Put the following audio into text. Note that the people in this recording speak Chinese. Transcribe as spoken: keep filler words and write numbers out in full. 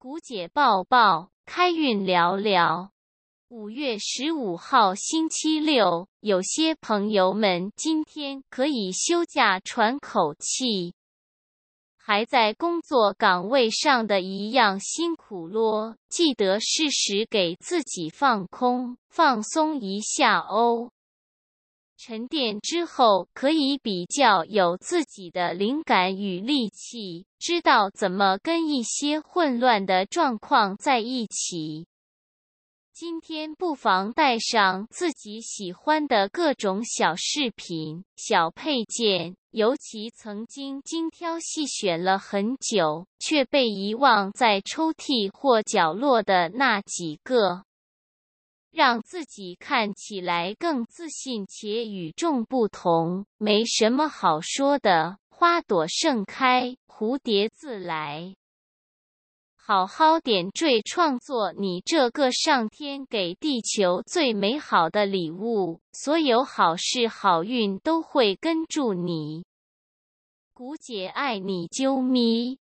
谷姐抱抱，开运聊聊。五月十五号星期六，有些朋友们今天可以休假喘口气。还在工作岗位上的一样辛苦咯，记得适时给自己放空，放松一下哦。沉淀之后，可以比较有自己的灵感与力气，知道怎么跟一些混乱的状况在一起。今天不妨带上自己喜欢的各种小饰品、小配件，尤其曾经精挑细选了很久，却被遗忘在抽屉或角落的那几个。让自己看起来更自信且与众不同，没什么好说的，花朵盛开，蝴蝶自来。好好点缀创作你这个上天给地球最美好的礼物，所有好事好运都会跟住你。谷姐爱你啾咪。